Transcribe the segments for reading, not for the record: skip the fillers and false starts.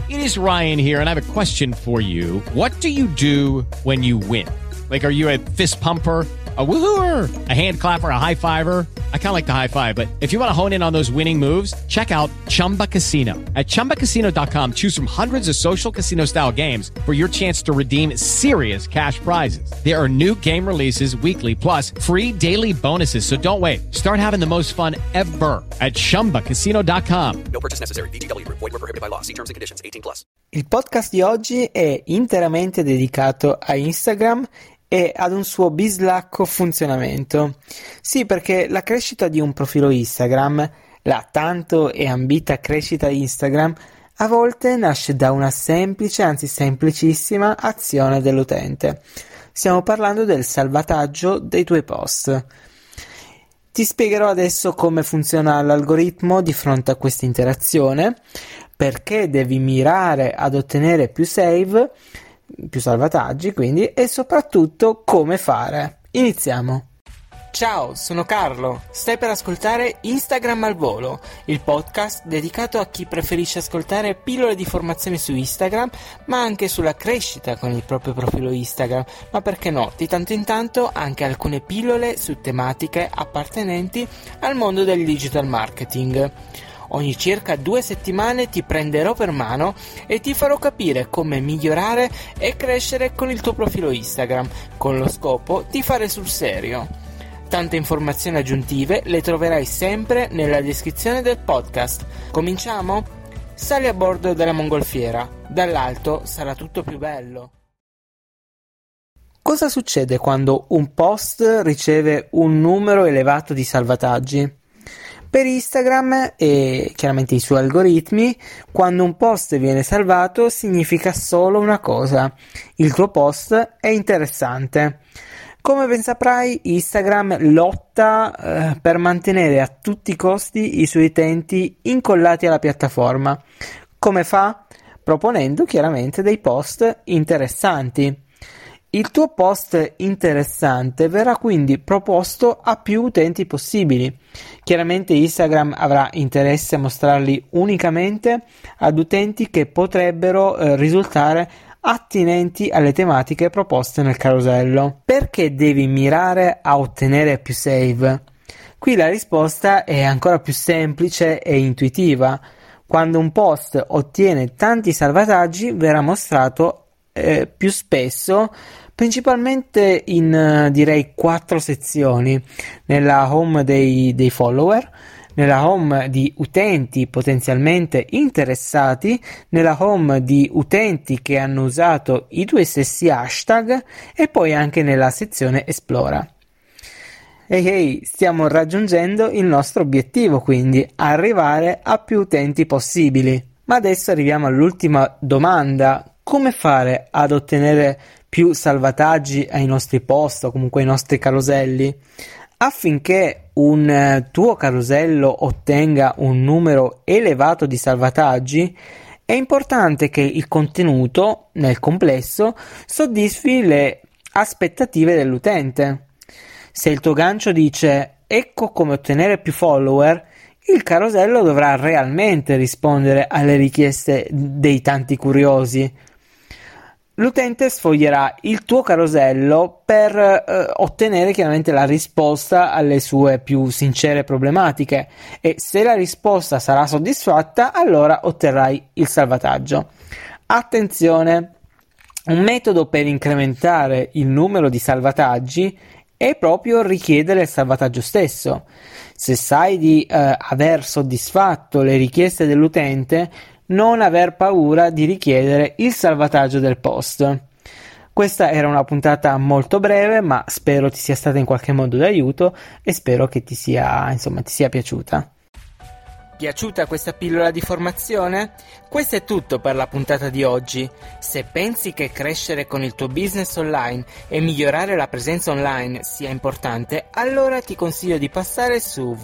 It is Ryan here, and I have a question for you. What do you do when you win? Like, are you a fist pumper, a woohooer, a hand clapper, a high fiver? I kind of like the high five, but if you want to hone in on those winning moves, check out Chumba Casino. At ChumbaCasino.com, choose from hundreds of social casino style games for your chance to redeem serious cash prizes. There are new game releases weekly, plus free daily bonuses. So don't wait. Start having the most fun ever at ChumbaCasino.com. No purchase necessary. VGW Group. Void where prohibited by law. See terms and conditions. 18+. Il podcast di oggi è interamente dedicato a Instagram e ad un suo bislacco funzionamento. Sì, perché la crescita di un profilo Instagram, la tanto e ambita crescita di Instagram, a volte nasce da una semplice, anzi semplicissima, azione dell'utente. Stiamo parlando del salvataggio dei tuoi post. Ti spiegherò adesso come funziona l'algoritmo di fronte a questa interazione, perché devi mirare ad ottenere più save, più salvataggi quindi, e soprattutto come fare. Iniziamo! Ciao, sono Carlo, stai per ascoltare Instagram al volo, il podcast dedicato a chi preferisce ascoltare pillole di formazione su Instagram, ma anche sulla crescita con il proprio profilo Instagram, ma perché no, di tanto in tanto anche alcune pillole su tematiche appartenenti al mondo del digital marketing. Ogni circa 2 settimane ti prenderò per mano e ti farò capire come migliorare e crescere con il tuo profilo Instagram, con lo scopo di fare sul serio. Tante informazioni aggiuntive le troverai sempre nella descrizione del podcast. Cominciamo? Sali a bordo della mongolfiera, dall'alto sarà tutto più bello. Cosa succede quando un post riceve un numero elevato di salvataggi? Per Instagram e chiaramente i suoi algoritmi, quando un post viene salvato significa solo una cosa: il tuo post è interessante. Come ben saprai, Instagram lotta per mantenere a tutti i costi i suoi utenti incollati alla piattaforma. Come fa? Proponendo chiaramente dei post interessanti. Il tuo post interessante verrà quindi proposto a più utenti possibili. Chiaramente Instagram avrà interesse a mostrarli unicamente ad utenti che potrebbero risultare attinenti alle tematiche proposte nel carosello. Perché devi mirare a ottenere più save? Qui la risposta è ancora più semplice e intuitiva. Quando un post ottiene tanti salvataggi verrà mostrato più spesso, principalmente in direi 4 sezioni: nella home dei follower, nella home di utenti potenzialmente interessati, nella home di utenti che hanno usato i tuoi stessi hashtag e poi anche nella sezione esplora. Ehi, stiamo raggiungendo il nostro obiettivo, quindi arrivare a più utenti possibili. Ma adesso arriviamo all'ultima domanda: come fare ad ottenere più salvataggi ai nostri post o comunque ai nostri caroselli? Affinché un tuo carosello ottenga un numero elevato di salvataggi, è importante che il contenuto nel complesso soddisfi le aspettative dell'utente. Se il tuo gancio dice "ecco come ottenere più follower", il carosello dovrà realmente rispondere alle richieste dei tanti curiosi. L'utente sfoglierà il tuo carosello per ottenere chiaramente la risposta alle sue più sincere problematiche, e se la risposta sarà soddisfatta, allora otterrai il salvataggio. Attenzione! Un metodo per incrementare il numero di salvataggi è proprio richiedere il salvataggio stesso. Se sai di aver soddisfatto le richieste dell'utente, non aver paura di richiedere il salvataggio del post. Questa era una puntata molto breve, ma spero ti sia stata in qualche modo d'aiuto e spero che ti sia piaciuta. Piaciuta questa pillola di formazione? Questo è tutto per la puntata di oggi. Se pensi che crescere con il tuo business online e migliorare la presenza online sia importante, allora ti consiglio di passare su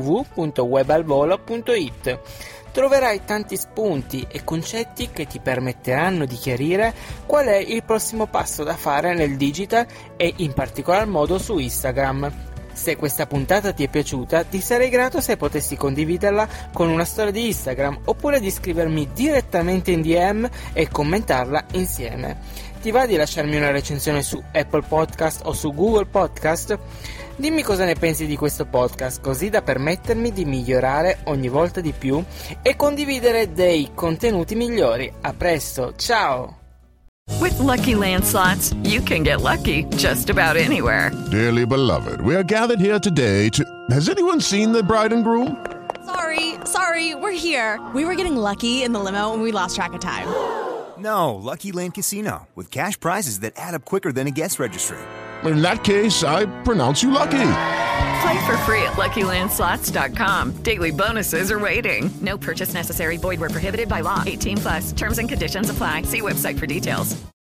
www.webalvolo.it. Troverai tanti spunti e concetti che ti permetteranno di chiarire qual è il prossimo passo da fare nel digital e in particolar modo su Instagram. Se questa puntata ti è piaciuta, ti sarei grato se potessi condividerla con una storia di Instagram oppure di scrivermi direttamente in DM e commentarla insieme. Ti va di lasciarmi una recensione su Apple Podcast o su Google Podcast? Dimmi cosa ne pensi di questo podcast, così da permettermi di migliorare ogni volta di più e condividere dei contenuti migliori. A presto, ciao! With Lucky Land Slots, you can get lucky just about anywhere. Dearly beloved, we are gathered here today to... Has anyone seen the bride and groom? Sorry, we're here. We were getting lucky in the limo and we lost track of time. No, Lucky Land Casino, with cash prizes that add up quicker than a guest registry. In that case, I pronounce you lucky. Play for free at LuckyLandSlots.com. Daily bonuses are waiting. No purchase necessary. Void where prohibited by law. 18+. Terms and conditions apply. See website for details.